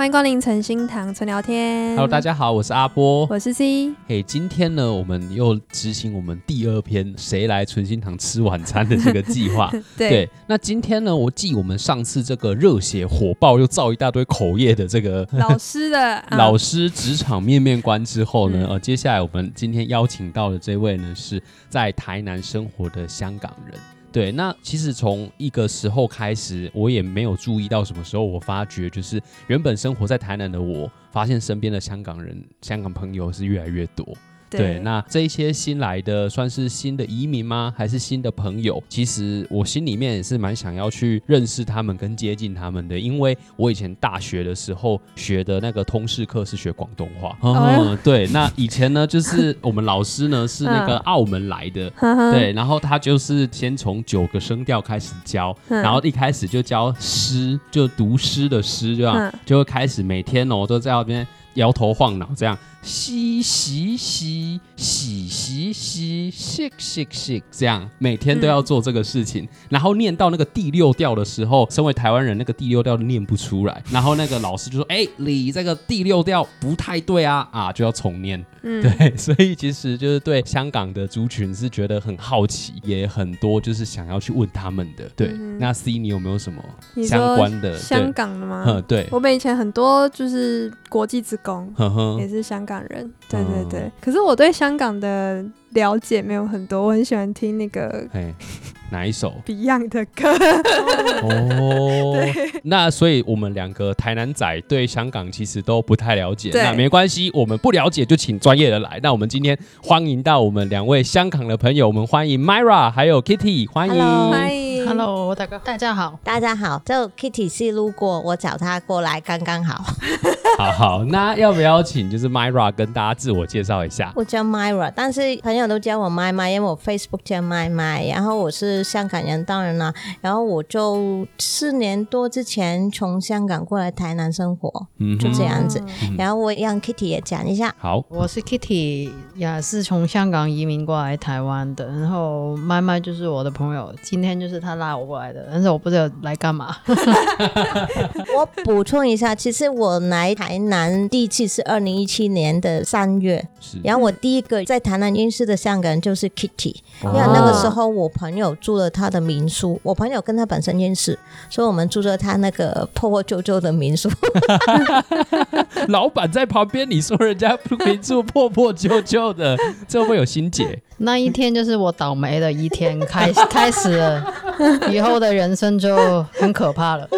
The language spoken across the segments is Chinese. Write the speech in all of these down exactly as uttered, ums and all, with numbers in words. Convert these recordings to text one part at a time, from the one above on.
欢迎光临晨星堂纯聊天。 Hello， 大家好，我是阿波， 我是 C。 嘿，今天呢我们又执行我们第二篇谁来纯星堂吃晚餐的这个计划对, 对，那今天呢我继我们上次这个热血火爆又造一大堆口业的这个老师的、啊、 老师职场面面观之后呢、 嗯呃，接下来我们今天邀请到的这位呢是在台南生活的香港人。对，那其实从一个时候开始，我也没有注意到什么时候，我发觉就是原本生活在台南的我，发现身边的香港人、香港朋友是越来越多。对, 对，那这一些新来的算是新的移民吗？还是新的朋友？其实我心里面也是蛮想要去认识他们跟接近他们的，因为我以前大学的时候学的那个通识课是学广东话。哦，对，那以前呢，就是我们老师呢是那个澳门来的，对，然后他就是先从九个声调开始教，然后一开始就教诗，就读诗的诗，这样就会开始每天哦都在那边摇头晃脑这样。洗洗洗洗洗洗洗洗洗，这样每天都要做这个事情、嗯、然后念到那个第六调的时候，身为台湾人那个第六调念不出来，然后那个老师就说哎、欸，你这个第六调不太对啊啊，就要重念、嗯、对，所以其实就是对香港的族群是觉得很好奇，也很多就是想要去问他们的。对、嗯、那 C 你有没有什么相关的香港的吗？ 嗯，对， 我们以前很多就是国际职工也是香港人，对对对、嗯、可是我对香港的了解没有很多，我很喜欢听那个哪一首 Beyond 的歌哦，那所以我们两个台南仔对香港其实都不太了解，那没关系，我们不了解就请专业的来。那我们今天欢迎到我们两位香港的朋友，我们欢迎 Myra 还有 Kitty， 欢迎。 Hello, 欢迎 Hello 大家大家好大家好，就 Kitty 是路过，我找她过来刚刚好好好，那要不要请就是 Myra 跟大家自我介绍一下？ 我叫 Myra， 但是朋友都叫我麦麦，因为我 Facebook 叫麦麦，然后我是香港人，当然啦，然后我就四年多之前从香港过来台南生活、嗯、就这样子、嗯、然后我让 Kitty 也讲一下。 好，我是 Kitty， 也是从香港移民过来台湾的，然后麦麦就是我的朋友，今天就是他拉我过来的，但是我不知道来干嘛我补充一下，其实我来台南第一次是二零一七年的三月，然后我第一个在台南认识的香港人就是 Kitty、哦、因为那个时候我朋友住了他的民宿，我朋友跟他本身认识，所以我们住着他那个破破旧旧的民宿老板在旁边，你说人家民宿破破旧旧的，这会不会有心结？ 那一天就是我倒霉的一天开始开始了，以后的人生就很可怕了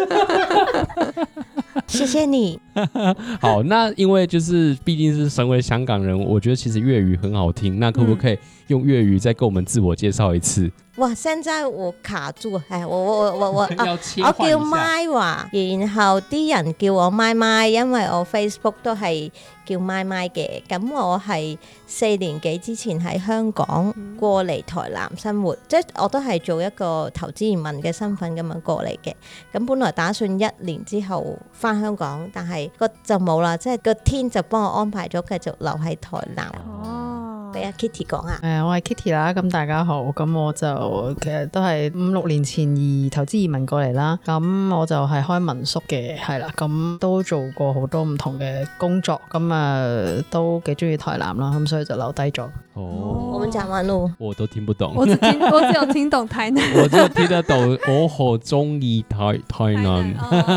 谢谢你好，那因为就是毕竟是身为香港人，我觉得其实粤语很好听，那可不可以用粤语再跟我们自我介绍一次？ 哇，现在我卡住，哎，我我我我要切換一下， 我叫麥華，然後啲人叫我麥麥，因為我 Facebook 都係叫麥麥嘅。咁我係四年幾之前喺香港過嚟台南生活，即係我都係做一個投資移民嘅身份咁樣過嚟嘅。咁本來打算一年之後返香港，但係個就冇啦，即係個天就幫我安排咗繼續留喺台南。哦，俾阿 Kitty 講啊。 誒，我係 Kitty 啦，咁大家好，咁我就其實都係五六年前移投資移民過嚟啦，咁我就係開民宿嘅，係啦，咁都做過好多唔同嘅工作，咁啊都幾中意台南啦，咁所以就留低咗。 哦， 我們講完咯， 我都聽不懂， 我只聽我只有聽懂台南我只有聽得懂我好中意台台南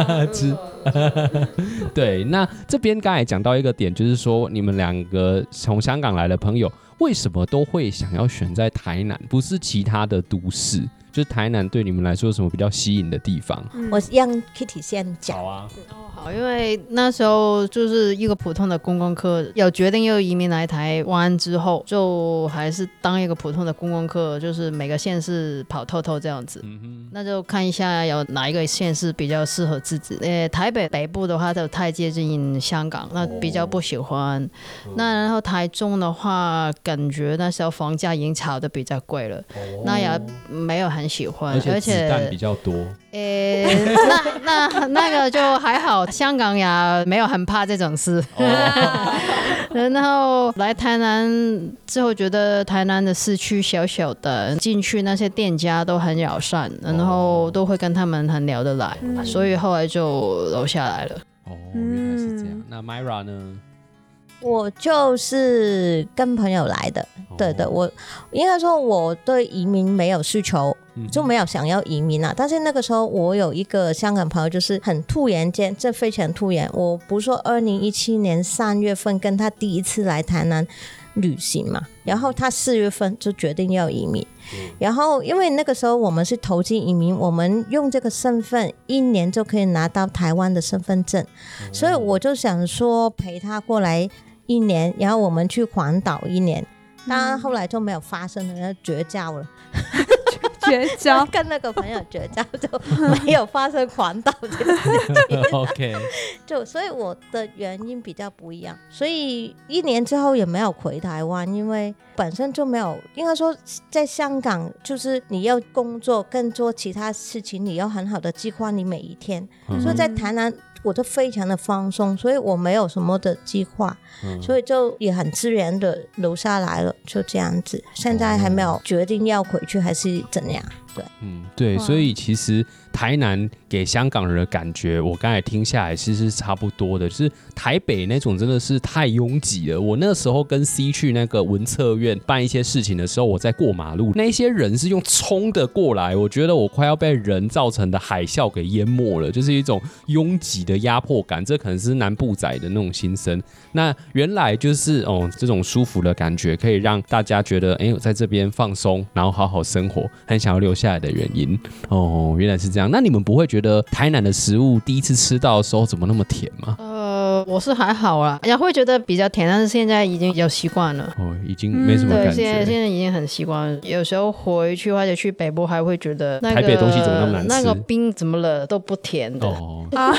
對，那這邊剛才講到一個點，就是說你們兩個從香港來的朋友為什麼都會想要選在台南，不是其他的都市？就是台南對你們來說有什麼比較吸引的地方？ 嗯、我讓 Kitty 先講。 好啊。 好，因為那時候就是一個普通的觀光客，有決定要移民來台灣之後，就還是當一個普通的觀光客，就是每個縣市跑透透這樣子、嗯、那就看一下有哪一個縣市比較適合自己。呃，台北北部的話就太接近香港，那比較不喜歡、哦、那然後台中的話感覺那時候房價已經炒得比較貴了、哦、那也沒有很喜歡， 而且子彈比較多。 欸、那那那個就還好，香港也沒有很怕這種事、哦、然後來台南之後覺得台南的市區小小的，進去那些店家都很友善，然後都會跟他們很聊得來、哦、所以後來就留下來了。 哦，原来是这样。那 Myra 呢？ 我就是跟朋友来的，哦、对对，我应该说我对移民没有需求，嗯、就没有想要移民啊。但是那个时候我有一个香港朋友，就是很突然间，这非常突然。我不是说二零一七年三月份跟他第一次来台南旅行嘛，然后他四月份就决定要移民。嗯、然后因为那个时候我们是投机移民，我们用这个身份一年就可以拿到台湾的身份证，嗯、所以我就想说陪他过来一年，然后我们去环岛一年，当然后来就没有发生了，绝交了。 绝交跟那个朋友绝交，就没有发生环岛这个事情。 OK， 就所以我的原因比较不一样，所以一年之后也没有回台湾，因为本身就没有，应该说在香港就是你要工作跟做其他事情，你要很好的计划你每一天，嗯、所以在台南我都非常的放松，所以我没有什么的计划，嗯、所以就也很自然的留下来了，就这样子。现在还没有决定要回去还是怎样。对， 嗯，对，所以其实台南给香港人的感觉，我刚才听下来其实是差不多的，就是台北那种真的是太拥挤了。我那时候跟 C 去那个文策院办一些事情的时候，我在过马路，那些人是用冲的过来，我觉得我快要被人造成的海啸给淹没了，就是一种拥挤的压迫感。这可能是南部仔的那种心声。那原来就是哦，这种舒服的感觉可以让大家觉得，哎，我在这边放松，然后好好生活，很想要留下来的原因。哦，原来是这样。那你们不会觉得台南的食物第一次吃到的时候怎么那么甜吗？ 呃，我是还好啦，也会觉得比较甜，但是现在已经有习惯了。 哦，已经没什么感觉。 对，现在现在已经很习惯了。有时候回去或者去北部，还会觉得、那个、 台北的东西怎么那么难吃？ 那个冰怎么了都不甜的。哦啊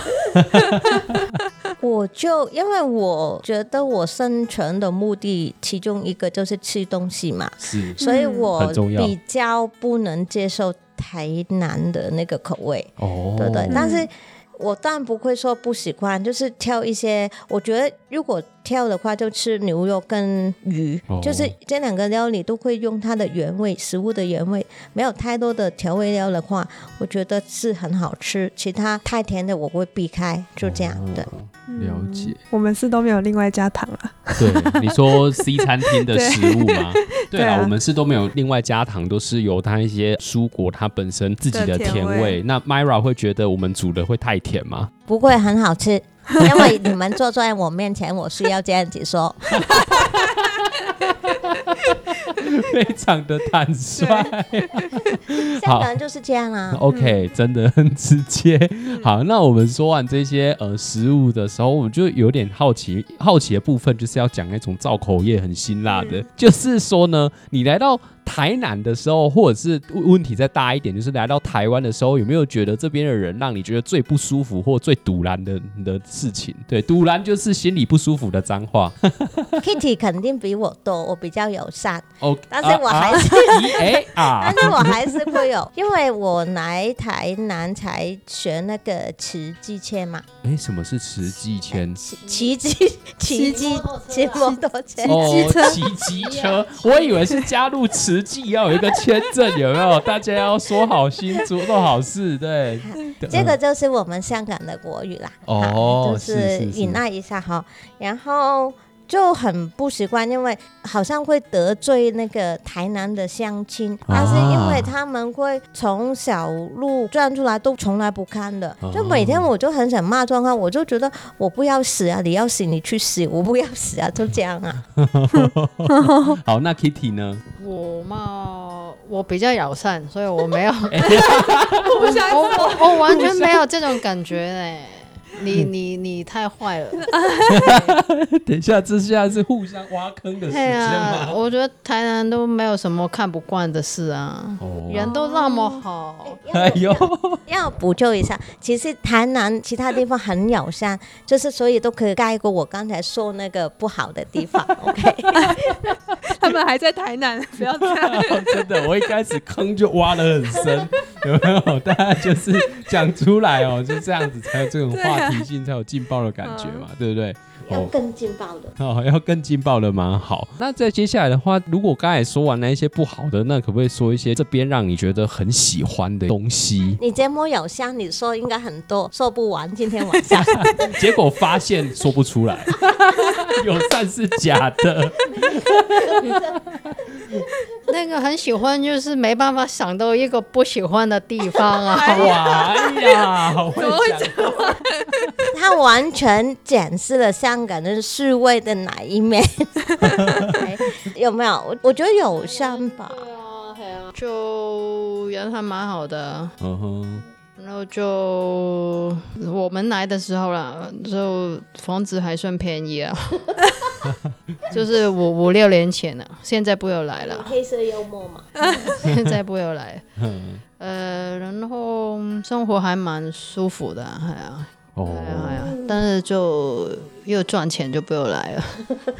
我就因为我觉得我生存的目的其中一个就是吃东西嘛， 是， 所以我比较不能接受台南的那个口味，哦，对对，但是我当然不会说不喜欢，就是挑一些，我觉得如果挑的话就吃牛肉跟鱼，哦、就是这两个料理都会用它的原味，食物的原味，没有太多的调味料的话，我觉得是很好吃，其他太甜的我会避开，就这样的。哦了解、嗯， 我们是都没有另外加糖了。 对，你说 C 餐厅的食物吗？对啦，对啊，我们是都没有另外加糖，都是由它一些蔬果它本身自己的甜味。甜味那 Myra 会觉得我们煮的会太甜吗？ 不会，很好吃，因为你们坐在我面前，我需要这样子说。 非常的坦率， 香港人就是这样啊。 OK， 真的很直接。好，那我们说完这些呃食物的时候，我就有点好奇，好奇的部分就是要讲那种造口业很辛辣的，嗯、就是说呢，你来到台南的时候，或者是问题再大一点，就是来到台湾的时候，有没有觉得这边的人让你觉得最不舒服或最堵拦的的事情？对，堵拦就是心里不舒服的脏话。 Kitty 肯定比我多，我比较友善。 哦， 但是我还是， 啊啊、 但是我还是会有，因为我来台南才学那个慈济签嘛。 哎，什么是慈济签？ 慈济，慈济，骑摩托车， 哦，骑机车。我以为是加入慈济要有一个签证，有没有？大家要说好心，做好事，对。 这个就是我们香港的国语啦。哦，就是引纳一下哈，然后。就很不习惯，因为好像会得罪那个台南的乡亲，但是因为他们会从小路转出来都从来不看的，就每天我就很想骂状况，我就觉得我不要死啊，你要死你去死，我不要死啊，就这样啊。 好，那 Kitty 呢？ 我嘛，我比较友善，所以我没有，我我我完全没有这种感觉嘞。你你你太坏了！ 等一下，这现在是互相挖坑的时间吗？ 啊、我觉得台南都没有什么看不惯的事啊，哦、人都那么好。 哎呦，要补救一下，其实台南其他地方很友善，就是所以都可以盖过我刚才说那个不好的地方。OK， 他们还在台南，不要这样。 真的，我一开始坑就挖得很深，有没有？大家就是讲出来哦，就这样子才有这种话题性，才有劲爆的感觉嘛，对不对？ 要更劲爆的哦，要更劲爆的蛮好。那在接下来的话，如果刚才说完那一些不好的，那可不可以说一些这边让你觉得很喜欢的东西？ 你节目有像你说应该很多，说不完今天晚上结果发现说不出来友善是假的那个很喜欢，就是没办法想到一个不喜欢的地方啊！ 哇，哎呀，好会讲话。 他完全展示了香港人示威的哪一面有没有？我我觉得有像吧。 对啊，对啊，就人还蛮好的。 嗯哼。 然后就我们来的时候啦，就房子还算便宜啊，就是五五六年前了，现在不要来了。 黑色幽默嘛， 现在不要来。呃，然后生活还蛮舒服的，哎呀。哦，哎呀哎呀，但是就又赚钱就不要来了。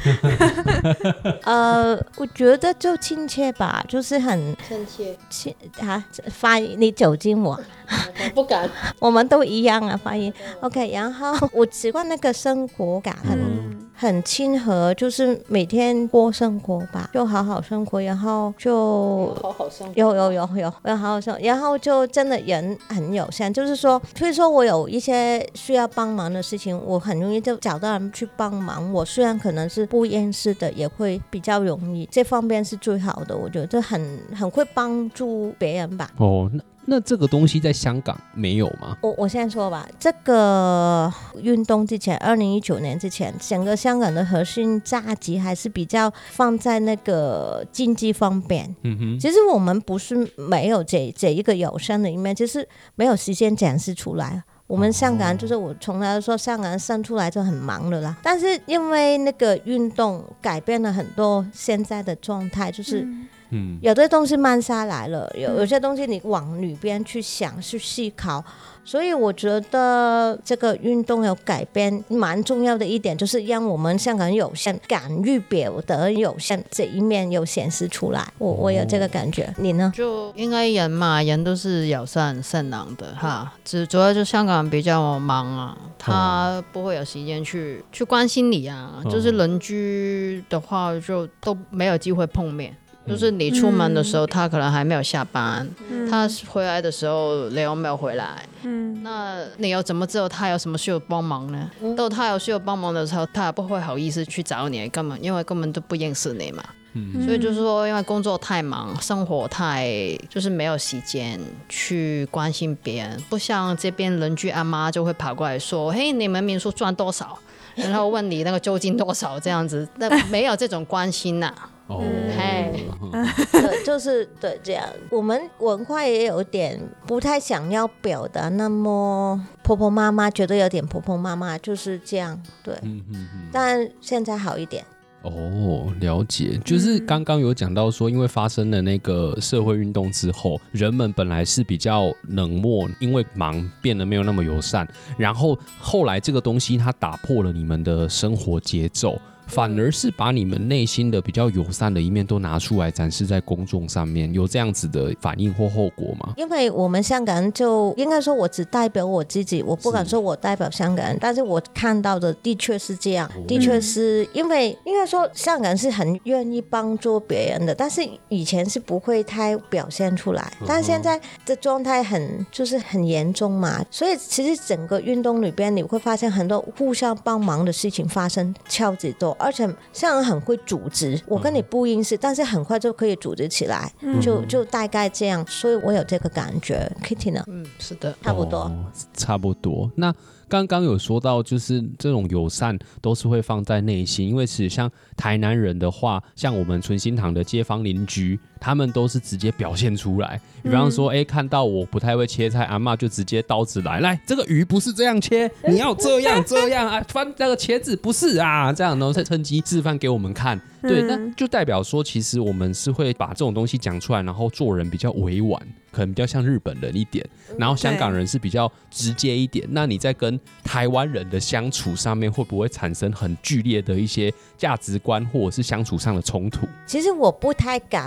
呃，我觉得就亲切吧，就是很亲切。 亲啊，发音你酒精我不敢， 我们都一样啊，发音 OK。然后我习惯那个生活感很、嗯、很亲和，就是每天过生活吧，就好好生活，然后就好好生活， 有有有有要好好生活，然后就真的人很友善，就是说，譬如说我有一些需要帮忙的事情，我很容易就找到人去帮忙。我虽然可能是不认识的，也会比较容易，这方面是最好的。我觉得很很会帮助别人吧。 哦，那那这个东西在香港没有吗？ 我我先说吧，这个运动之前，二零一九年之前，整个香港的核心价值还是比较放在那个经济方面。嗯哼，其实我们不是没有这这一个友善的一面，就是没有时间展示出来。我们香港人就是我从来说香港人生出来就很忙的啦，但是因为那个运动改变了很多现在的状态，就是嗯，有的东西慢下来了，有有些东西你往里边去想去思考，所以我觉得这个运动有改变蛮重要的一点，就是让我们香港人有限敢于表达有限这一面有显示出来。我我有这个感觉，你呢？ 就应该人嘛，人都是友善善良的哈，只主要就香港人比较忙啊，他不会有时间去去关心你啊，就是邻居的话就都没有机会碰面。就是你出门的时候、嗯、他可能还没有下班、嗯、他回来的时候雷欧没有回来、嗯、那你要怎么知道他有什么需要帮忙呢、嗯、到他有需要帮忙的时候他也不会好意思去找你，根本因为根本都不认识你嘛、嗯、所以就是说因为工作太忙，生活太就是没有时间去关心别人，不像这边邻居阿妈就会跑过来说嘿你们民宿赚多少，然后问你那个租金多少这样子，那没有这种关心啊哦， 嘿，对，就是对这样。我们文化也有点不太想要表达那么婆婆妈妈，觉得有点婆婆妈妈就是这样，对。嗯嗯嗯。但现在好一点。 哦，了解，就是刚刚有讲到说，因为发生了那个社会运动之后，人们本来是比较冷漠，因为忙变得没有那么友善，然后后来这个东西它打破了你们的生活节奏，反而是把你们内心的比较友善的一面都拿出来展示在公众上面，有这样子的反应或后果吗？ 因为我们香港人就应该说我只代表我自己，我不敢说我代表香港人，但是我看到的的确是这样，的确是因为应该说香港人是很愿意帮助别人的，但是以前是不会太表现出来，但现在的状态很就是很严重嘛，所以其实整个运动里边你会发现很多互相帮忙的事情发生超级多，而且香港人很会组织，我跟你不认识、嗯、但是很快就可以组织起来、嗯、就, 就大概这样，所以我有这个感觉。 Kitty 呢？ 嗯，是的， 差不多、哦、 差不多。那刚刚有说到就是这种友善都是会放在内心，因为其实像台南人的话，像我们纯心堂的街坊邻居，他们都是直接表现出来，比方说、嗯、看到我不太会切菜，阿嬷就直接刀子来，来这个鱼不是这样切，你要这样这样啊，翻那个茄子不是啊，这样然后再趁机示范给我们看。对，那就代表说其实我们是会把这种东西讲出来，然后做人比较委婉，可能比较像日本人一点，然后香港人是比较直接一点。那你在跟台湾人的相处上面会不会产生很剧烈的一些价值观或者是相处上的冲突？ 其实我不太敢去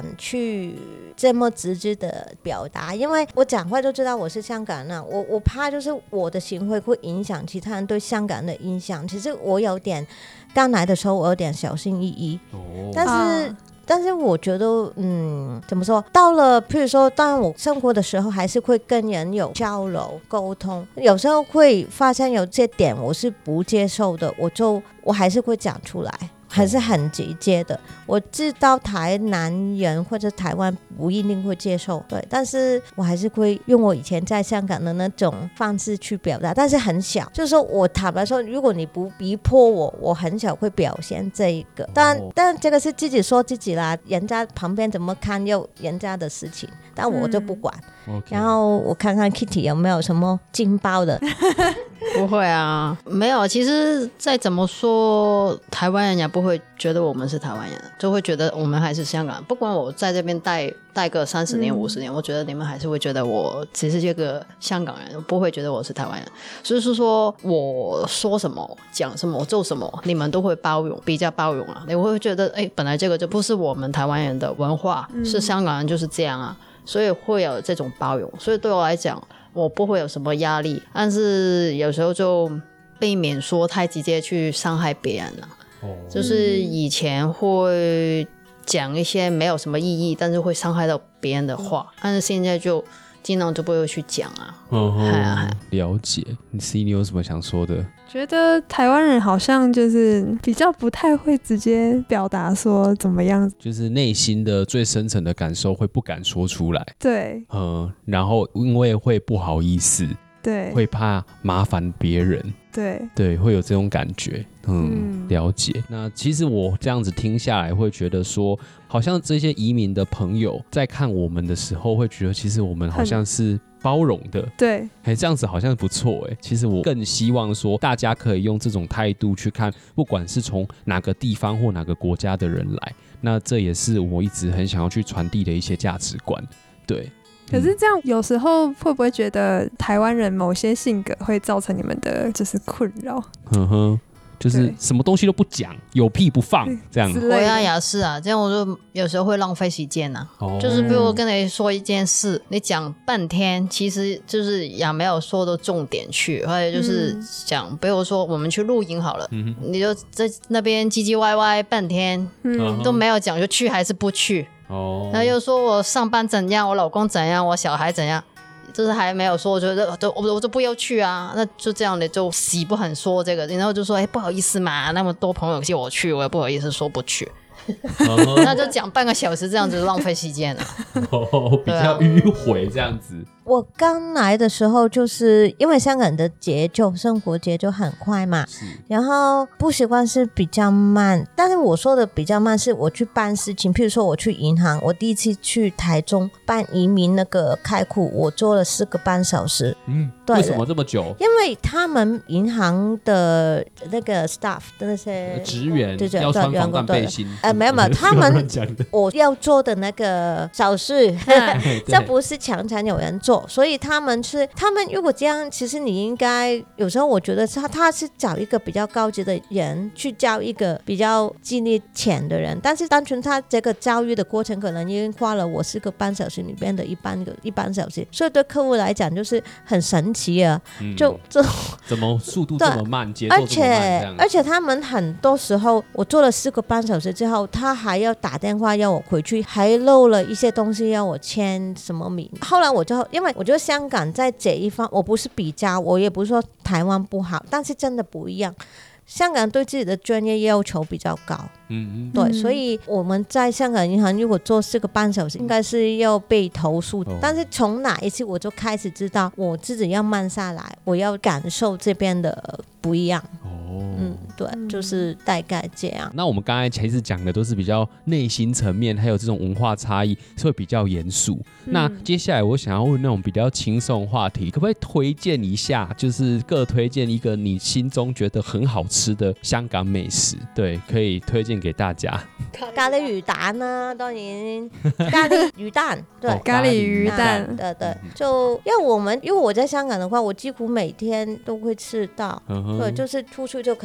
去这么直接的表达，因为我讲话就知道我是香港人，我我怕就是我的行为会影响其他人对香港人的印象。其实我有点刚来的时候我有点小心翼翼、哦、但是、啊但是我觉得嗯怎么说，到了譬如说当然我生活的时候还是会跟人有交流沟通，有时候会发现有些点我是不接受的，我就我还是会讲出来，还是很直接的。我知道台南人或者台湾不一定会接受，对，但是我还是会用我以前在香港的那种方式去表达，但是很小，就是说我坦白说，如果你不逼迫我，我很少会表现这一个。但但这个是自己说自己啦，人家旁边怎么看又人家的事情，但我就不管。嗯 okay. 然后我看看 Kitty 有没有什么劲爆的。 不会啊，没有。其实再怎么说，台湾人也不会觉得我们是台湾人，就会觉得我们还是香港人。不管我在这边待待个三十年、五十年，我觉得你们还是会觉得我只是这个香港人，不会觉得我是台湾人。所以是说，我说什么、讲什么、我做什么，你们都会包容，比较包容啊。你会觉得，哎，本来这个就不是我们台湾人的文化，嗯、是香港人就是这样啊，所以会有这种包容。所以对我来讲，我不会有什么压力，但是有时候就避免说太直接去伤害别人了、哦、就是以前会讲一些没有什么意义但是会伤害到别人的话、嗯、但是现在就尽量就不会去讲啊。 哦、啊了解。你 C 你有什么想说的？ 觉得台湾人好像就是比较不太会直接表达说怎么样， 就是内心的最深层的感受会不敢说出来。 对， 嗯，然后因为会不好意思， 对， 会怕麻烦别人， 对对，会有这种感觉。嗯，嗯了解。那其实我这样子听下来会觉得说，好像这些移民的朋友在看我们的时候会觉得其实我们好像是包容的， 对， 哎，这样子好像不错哎。其实我更希望说，大家可以用这种态度去看，不管是从哪个地方或哪个国家的人来，那这也是我一直很想要去传递的一些价值观。对， 可是这样有时候会不会觉得台湾人某些性格会造成你们的就是困扰？ 呵呵。就是什么东西都不讲，有屁不放这样。 我呀也是啊，这样我就有时候会浪费时间啊、哦、就是比如我跟你说一件事，你讲半天其实就是也没有说到重点去，或者就是讲、嗯、比如说我们去露营好了、嗯、你就在那边唧唧歪歪半天、嗯、都没有讲就去还是不去、哦、然后又说我上班怎样，我老公怎样，我小孩怎样，就是还没有说，我觉得我我就不要去啊，那就这样的就死不肯说这个，然后就说哎不好意思嘛，那么多朋友叫我去，我也不好意思说不去。那就讲半个小时这样子浪费时间了、 哦、比较迂回这样子。 我刚来的时候就是因为香港的节奏生活节奏很快嘛，然后不习惯是比较慢，但是我说的比较慢是我去办事情，譬如说我去银行，我第一次去台中办移民那个开户，我做了四个半小时。 嗯，对，为什么这么久？ 因为他们银行的那个 staff 的那些职员要穿防弹背心， 呃，没有没有，他们我要做的那个手续这不是常常有人做，所以他们是他们如果这样，其实你应该有时候我觉得他他是找一个比较高级的人去教一个比较经历浅的人，但是单纯他这个教育的过程可能已经花了我四个半小时里面的一半个一半小时，所以对客户来讲就是很神奇啊、嗯、就就怎么速度这么慢，节奏这么慢这样， 而且而且他们很多时候我做了四个半小时之后，他还要打电话要我回去，还漏了一些东西要我签什么名。后来我就因为我觉得香港在这一方，我不是比较，我也不是说台湾不好，但是真的不一样。香港对自己的专业要求比较高，嗯嗯，对，所以我们在香港银行如果做四个半小时，应该是要被投诉、哦、但是从哪一次我就开始知道我自己要慢下来，我要感受这边的不一样。哦，嗯，对，就是大概这样。 那我们刚才其实讲的都是比较内心层面，还有这种文化差异是会比较严肃、嗯、那接下来我想要问那种比较轻松的话题，可不可以推荐一下，就是各推荐一个你心中觉得很好吃的香港美食？对，可以推荐给大家。 咖喱魚蛋啊，當然咖喱魚蛋，對、哦、 咖喱魚蛋， 對對，就因為我們因為我在香港的話，我幾乎每天都會吃到，嗯、對，就是出去就肯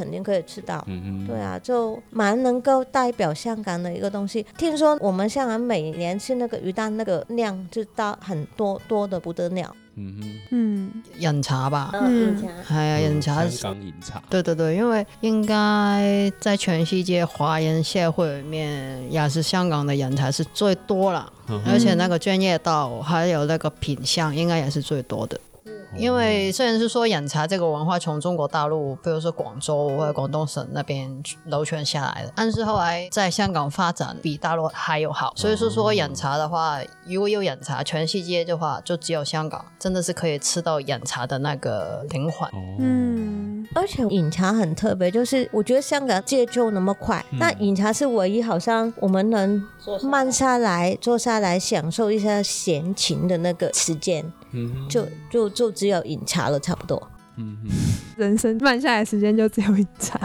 肯定可以吃到。嗯、对啊，就蛮能够代表香港的一个东西。听说我们香港每年吃那个鱼蛋那个量就到很多多的不得了。 嗯嗯，飲茶吧， 嗯， 係啊，飲茶， 香港飲茶， 對對對，因為應該在全世界華人社會裡面，也是香港的飲茶是最多啦，嗯、而且那個專業到還有那個品相，應該也是最多的。因為雖然是說飲茶這個文化從中國大陸，比如說廣州或者廣東省那邊流傳下來的，但是後來在香港發展比大陸還有好，所以說說飲茶的話，如果有飲茶，全世界的話就只有香港真的是可以吃到飲茶的那個靈魂。 嗯，而且飲茶很特別，就是我覺得香港節奏那麼快，嗯、但飲茶是唯一好像我們能慢下來坐下來享受一下閒情的那個時間。嗯、就就就只有飲茶了，差不多。嗯、 人生慢下來時間就只有飲茶，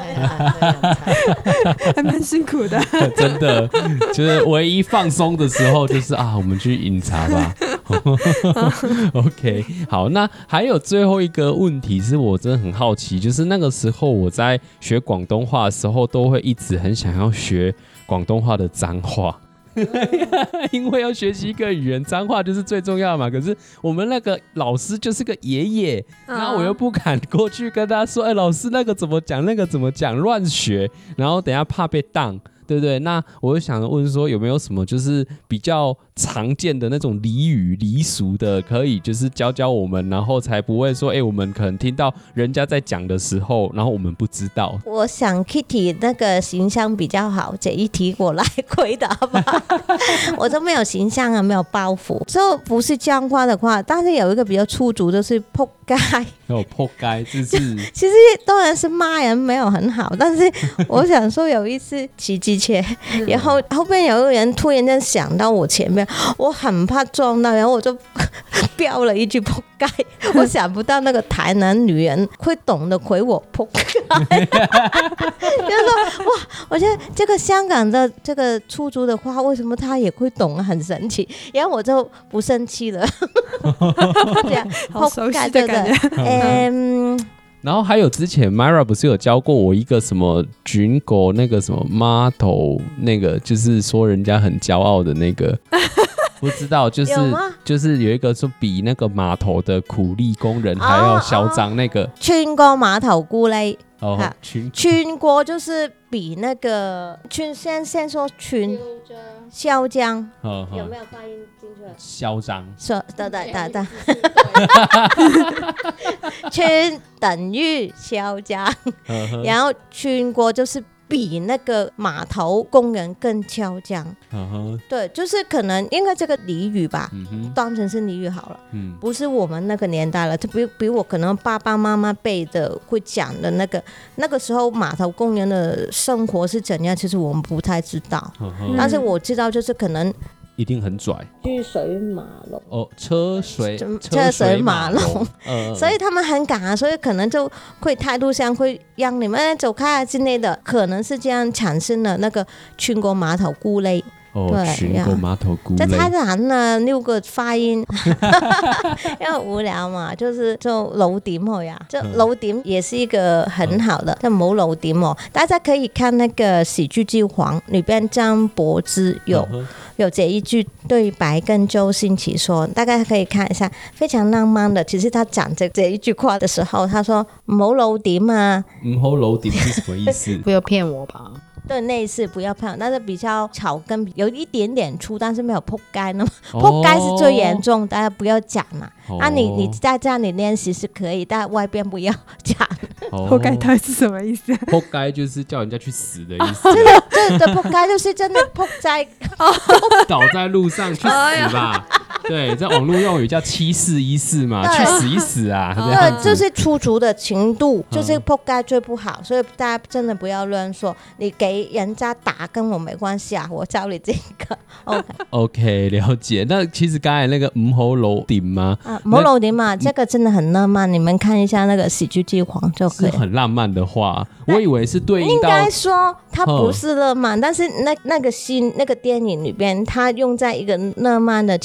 還蠻辛苦的。 真的，就是唯一放鬆的時候，就是啊，我們去飲茶吧。OK， 好，那還有最後一個問題是我真的很好奇，就是那個時候我在學廣東話的時候，都會一直很想要學廣東話的髒話。因為要學習一個語言，髒話就是最重要的嘛。可是我們那個老師就是個爺爺，然後我又不敢過去跟他說，哎、欸，老師那個怎麼講，那個怎麼講，亂學，然後等一下怕被當，對不對？那我就想問說，有沒有什麼就是比較常見的那種俚語俚俗的，可以就是教教我們，然後才不會說，哎、欸，我們可能聽到人家在講的時候，然後我們不知道。 我想 Kitty 那個形象比較好，這一題我來回答吧。我都沒有形象啊，沒有包袱，就不是髒話的話，但是有一個比較粗俗，就是仆街。 有仆街，就是其實當然是罵人沒有很好，但是我想說有一次騎機車，然後後面有一個人突然間想到我前面，我很怕撞到，然後我就飆了一句仆街。我想不到那個台南女人會懂得回我仆街。就是說哇，我覺得這個香港的這個粗俗的話，為什麼他也會懂啊，很神奇。然後我就不生氣了。 好熟悉的感覺。 嗯， 然後還有之前 Myra 不是有教過我一個什麼軍狗那個什麼碼頭，那個就是說人家很驕傲的那個。不知道，就是就是有一個說比那個碼頭的苦力工人還要囂張那個。 穿過碼頭咕喱。 哦， 穿過就是比那個穿先先說穿囂張，有沒有發音精準？ 囂張。 說對對對對。穿等於囂張，然後穿過就是比那個碼頭工人更囂張。Uh-huh. 對，就是可能因為這個俚語吧，嗯、當成是俚語好了、嗯，不是我們那個年代了，就比比我可能爸爸媽媽輩的會講的那個，那個時候碼頭工人的生活是怎樣，其實我們不太知道。Uh-huh. 但是我知道就是可能一定很拽， 車水馬龍哦，車水車水馬龍、呃，所以他們很敢啊，所以可能就會態度上會讓你們走開啊之類的，可能是這樣產生了那個穿過碼頭咕喱。 哦，穿過碼頭咕喱， 這太難了，六個發音，因為無聊嘛，就是就老點去啊，就老點也是一個很好的，就冇老點哦。大家可以看那個喜劇之王裏邊張柏芝有有這一句對白跟周星馳說，大家可以看一下，非常浪漫的。其實他講這這一句話的時候，他說冇老點啊， 唔好老點是什麼意思？ 不要騙我吧。 對，類似不要胖，但是比較草根，有一點點粗，但是沒有撲街那麼撲街是最嚴重，大家不要講嘛。哦、啊你，你你在家裡練習是可以，但外邊不要講。 撲街到底是什麼意思？ 撲街就是叫人家去死的意思。 真的，真的撲街就是真的撲在倒在路上去死吧。對，在網絡用語叫七四一四嘛，去死一死啊！ 對，就是粗俗的程度，就是撲街最不好，所以大家真的不要亂說。你給人家打跟我沒關係啊，我教你這個。OK， OK， 了解。那其實剛才那個唔好老點嗎？ 啊，唔好老點嘛，這個真的很浪漫。你們看一下那個喜劇之王就可以。 是很浪漫的話，我以為是對應到。 應該說它不是浪漫，但是那那個戲那個電影裏邊，它用在一個浪漫的情景。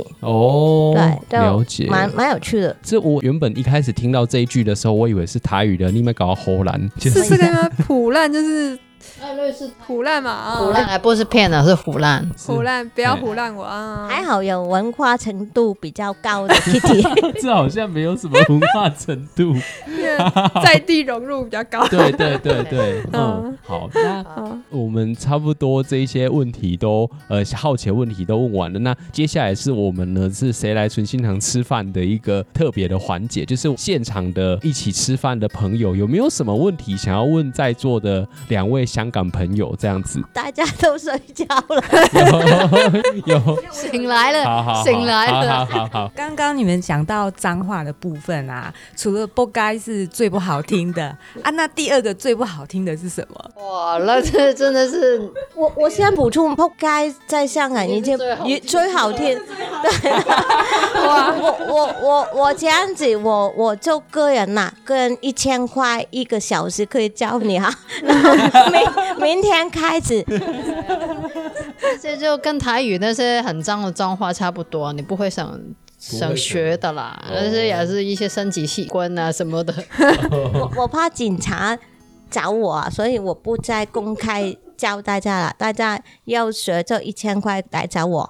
情哦， 对， 了解， 蛮蛮有趣的。 这我原本一开始听到这一句的时候，我以为是台语的，你们搞到荷兰，就是是这个吗？普烂就是类似胡乱嘛啊， 胡乱，不是骗了，是胡乱。 胡乱，不要胡乱我啊！ 还好有文化程度比较高的 Kitty， 这好像没有什么文化程度， 在地融入比较高。 对对对对，嗯，好，那我们差不多这一些问题都呃好奇的问题都问完了，那接下来是我们呢是谁来纯心堂吃饭的一个特别的环节，就是现场的一起吃饭的朋友有没有什么问题想要问在座的两位香港朋友这样子？ 大家都睡觉了， 有有醒来了， 好好好醒来了。 好好好好。 刚刚你们讲到脏话的部分啊，除了不该是最不好听的啊，那第二个最不好听的是什么？ 哇，那这真的是我我先补充，扑街在香港已经也最好听。对，哇，我我我我这样子，我我就个人呐、啊，个人一千块一个小时可以教你哈，明明天开始。 这就跟台语那些很脏的脏话差不多，你不会想想学的啦，那些也是一些升级器官啊什么的。 我我怕警察找我啊，所以我不再公开教大家了。大家要学就一千块来找我。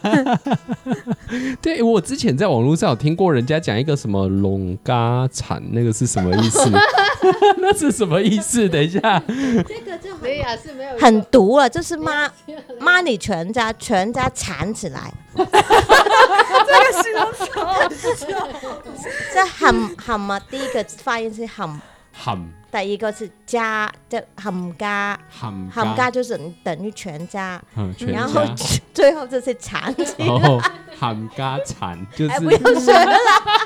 对，我之前在网络上有听过人家讲一个什么龙嘎产，那个是什么意思？那是什么意思？等一下， 这个就没有是没有很毒了，就是骂骂你全家全家缠起来。 这个形容词好笑。 这含含啊，第一个发音是含， 含， 第一个是家，就含家， 含含家就是等于全家， 嗯，全然后家， 最后就是缠起来。 哦，含家产就哎， 是不要学了，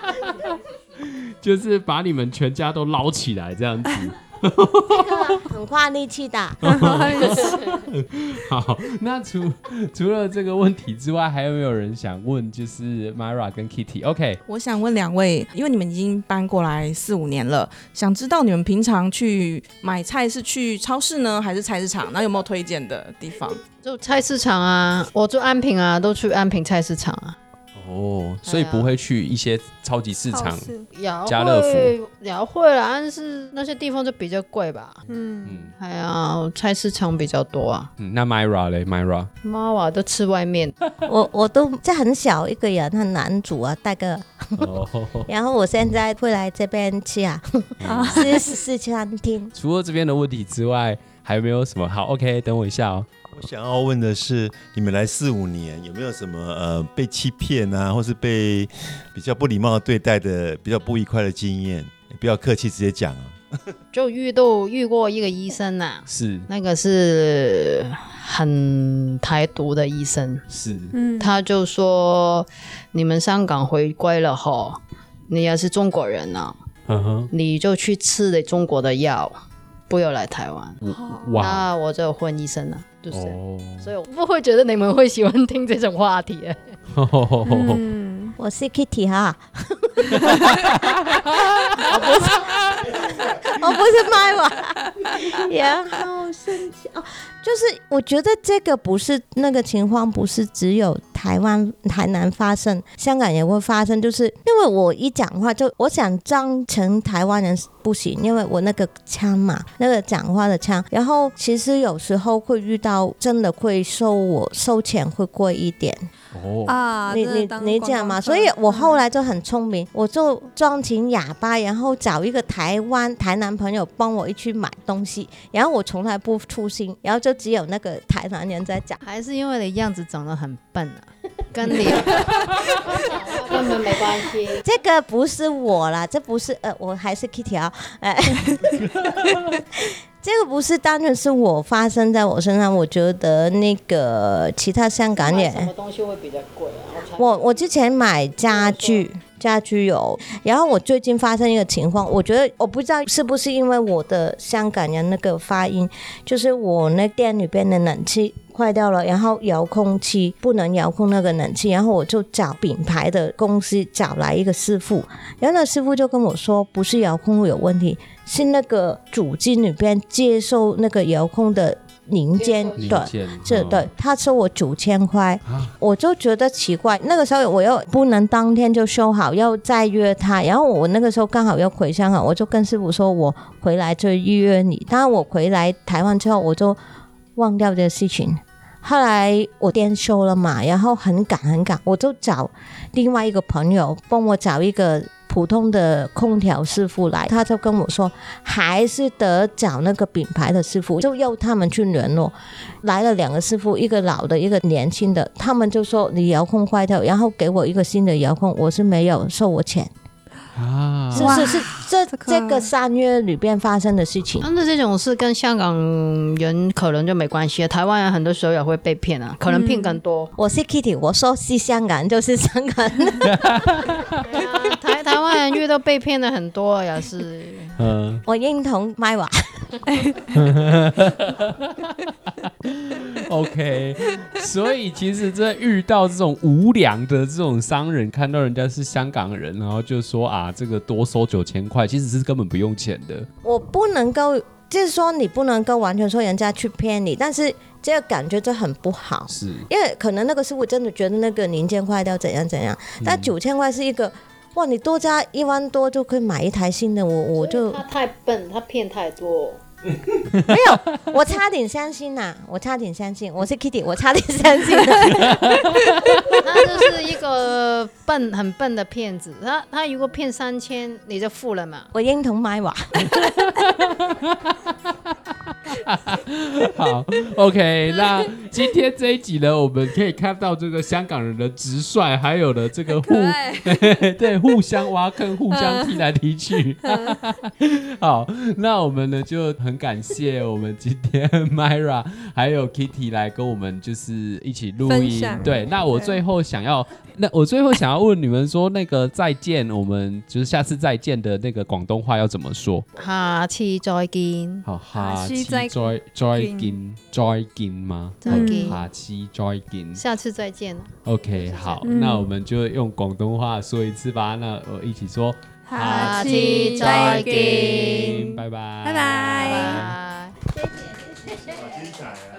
就是把你们全家都捞起来这样子。 很花力气的。 好，那除除了这个问题之外，还有没有人想问？就是 Myra 跟 Kitty。OK， 我想问两位，因为你们已经搬过来四五年了，想知道你们平常去买菜是去超市呢，还是菜市场？然后有没有推荐的地方？ 就菜市场啊，我住安平啊，都去安平菜市场啊。 哦，所以不会去一些超级市场、家乐福也会啦，但是那些地方就比较贵吧。 嗯， 哎呀，菜市场比较多啊。 嗯，那 Myra 嘞 ，Myra， 妈哇，都吃外面。 我我都这很小一个人，很难煮啊，大哥。 哦， 然后我现在会来这边吃啊，吃四餐厅。 除了这边的问题之外，还有没有什么？好 ，OK， 等我一下哦。 我想要问的是，你们来四五年，有没有什么呃被欺骗啊，或是被比较不礼貌的对待的比较不愉快的经验？不要客气，直接讲啊。 就遇到遇过一个医生啊， 是那个是很台独的医生， 是， 嗯， 他就说你们香港回归了吼，你要是中国人啊， 嗯哼， 你就去吃了中国的药，不要来台湾。 哇， 那我就混医生了，就是这样。 哦， 所以我不会觉得你们会喜欢听这种话题。 嗯， 我是 Kitty 哈，我不是麦娃，然后生气哦，就是我觉得这个不是那个情况，不是只有台湾台南发生，香港也会发生，就是因为我一讲话就我想装成台湾人不行，因为我那个腔嘛，那个讲话的腔，然后其实有时候会遇到真的会收我收钱会贵一点。 哦啊， 你你你讲嘛，所以我后来就很聪明，我就装成哑巴，然后找一个台湾台南朋友帮我一起买东西，然后我从来不出声，然后就只有那个台南人在讲， 还是因为你样子长得很笨啊，跟你根本没关系。 这个不是我啦，这不是呃，我还是 Kitty 啊，呃，这个不是单纯是我发生在我身上，我觉得那个其他香港人， 什么东西会比较贵啊？ 我我之前买家具。家居有，然后我最近发生一个情况，我觉得我不知道是不是因为我的香港人那个发音，就是我那店里边的冷气坏掉了，然后遥控器不能遥控那个冷气，然后我就找品牌的公司找来一个师傅，然后那师傅就跟我说不是遥控有问题，是那个主机里边接受那个遥控的零件，对，是对，他收我九千块，我就觉得奇怪。那个时候我又不能当天就修好，要再约他。然后我那个时候刚好要回香港，我就跟师傅说我回来就预约你。当然我回来台湾之后，我就忘掉这个事情。后来我店收了嘛，然后很赶很赶，我就找另外一个朋友帮我找一个普通的空调师傅来，他就跟我说还是得找那个品牌的师傅，就要他们去联络。来了两个师傅，一个老的一个年轻的，他们就说你遥控坏掉，然后给我一个新的遥控，我是没有收我钱啊，是是是，这这个这个三月里边发生的事情。 那这种事跟香港人可能就没关系，台湾人很多时候也会被骗啊，可能骗更多。 嗯、我是 Kitty， 我说是香港人就是香港人。 啊、台台湾人遇到被骗的很多也是。 嗯，我认同麦娃。 OK， 所以其实这遇到这种无良的这种商人，看到人家是香港人，然后就说啊，这个多收九千块，其实是根本不用钱的。 我不能够，就是说你不能够完全说人家去骗你，但是这个感觉就很不好， 是因为可能那个师傅真的觉得那个零件坏掉怎样怎样，但九千块是一个。哇，你多加一万多就可以买一台新的，我我就他太笨，他骗太多。 没有，我差点相信呐、啊，我差点相信，我是 Kitty， 我差点相信他就是一个笨很笨的骗子，他他如果骗三千，你就付了嘛。 我认同买娃。 好 ，OK， 那今天这一集呢，我们可以看到这个香港人的直率，还有的这个互对互相挖坑、互相踢来踢去。好，那我们呢就很感谢我们今天 Myra 还有 Kitty 来跟我们就是一起录音。对，那我最后想要，那我最后想要问你们说，那个再见，我们就是下次再见的那个广东话要怎么说？ 下次再見。 好，下次再再再見，再見嗎？ 再見， 下次再見， 下次再見。 OK， 好，嗯、那我們就用廣東話說一次吧。那我一起說， 下次再見， 拜拜， 拜拜， 拜拜， 好精彩啊！